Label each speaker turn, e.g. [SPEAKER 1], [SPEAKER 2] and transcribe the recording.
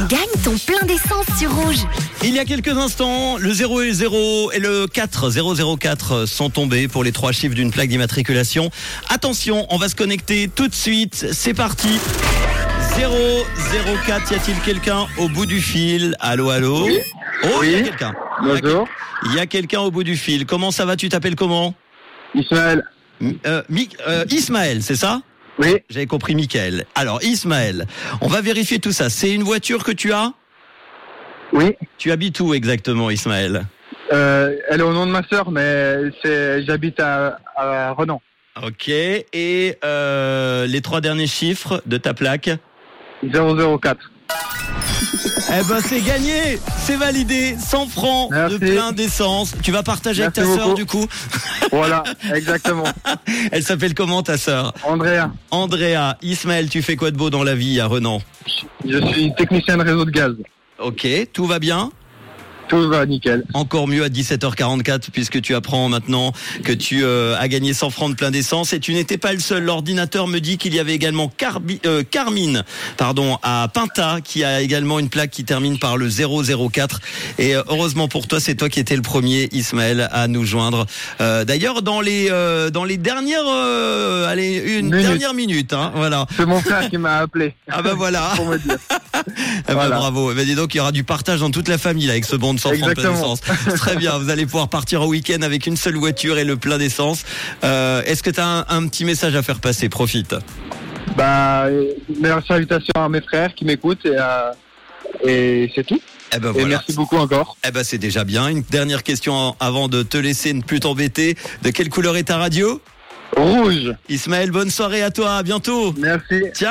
[SPEAKER 1] Gagne ton plein d'essence sur Rouge.
[SPEAKER 2] Il y a quelques instants, le 0 et le 0 et le 004 sont tombés pour les 3 chiffres d'une plaque d'immatriculation. Attention, on va se connecter tout de suite. C'est parti. 004, y a-t-il quelqu'un au bout du fil? Allô, allô?
[SPEAKER 3] Oui.
[SPEAKER 2] Oh,
[SPEAKER 3] Oui.
[SPEAKER 2] il y a quelqu'un.
[SPEAKER 3] Bonjour.
[SPEAKER 2] Il y a quelqu'un au bout du fil. Comment ça va? Tu t'appelles comment?
[SPEAKER 3] Ismaël.
[SPEAKER 2] Ismaël, c'est ça?
[SPEAKER 3] Oui.
[SPEAKER 2] J'avais compris Mickaël. Alors, Ismaël, on va vérifier tout ça. C'est une voiture que tu as?
[SPEAKER 3] Oui.
[SPEAKER 2] Tu habites où exactement, Ismaël?
[SPEAKER 3] Elle est au nom de ma sœur, mais j'habite à Renan.
[SPEAKER 2] Ok. Et les 3 derniers chiffres de ta plaque?
[SPEAKER 3] 004.
[SPEAKER 2] Eh ben, c'est gagné, c'est validé, 100 francs
[SPEAKER 3] Merci.
[SPEAKER 2] de plein d'essence. Tu vas partager avec ta
[SPEAKER 3] Merci
[SPEAKER 2] sœur
[SPEAKER 3] beaucoup.
[SPEAKER 2] du coup.
[SPEAKER 3] Voilà, exactement.
[SPEAKER 2] Elle s'appelle comment ta sœur?
[SPEAKER 3] Andrea,
[SPEAKER 2] Andrea. Ismaël, tu fais quoi de beau dans la vie à Renan?
[SPEAKER 3] je suis technicien de réseau de gaz.
[SPEAKER 2] Ok, tout va bien?
[SPEAKER 3] Tout va nickel.
[SPEAKER 2] Encore mieux à 17h44 puisque tu apprends maintenant que tu as gagné 100 francs de plein d'essence et tu n'étais pas le seul. L'ordinateur me dit qu'il y avait également Carmine à Pinta qui a également une plaque qui termine par le 004 et heureusement pour toi c'est toi qui étais le premier, Ismaël, à nous joindre. D'ailleurs dans les dernières dernière minute hein, voilà.
[SPEAKER 3] C'est mon frère qui m'a appelé.
[SPEAKER 2] Ah bah voilà.
[SPEAKER 3] Pour me dire.
[SPEAKER 2] Voilà. Bravo. Eh ben, dis donc, il y aura du partage dans toute la famille là, avec ce bon de 100 francs de plein d'essence. Très bien, vous allez pouvoir partir au week-end avec une seule voiture et le plein d'essence. Est-ce que tu as un petit message à faire passer? Profite.
[SPEAKER 3] Meilleure salutation à mes frères qui m'écoutent et c'est tout.
[SPEAKER 2] Eh ben,
[SPEAKER 3] Et
[SPEAKER 2] voilà.
[SPEAKER 3] merci beaucoup encore.
[SPEAKER 2] Eh ben, c'est déjà bien. Une dernière question avant de te laisser ne plus t'embêter. De quelle couleur est ta radio?
[SPEAKER 3] Rouge.
[SPEAKER 2] Ismaël, bonne soirée à toi. À bientôt.
[SPEAKER 3] Merci.
[SPEAKER 2] Ciao.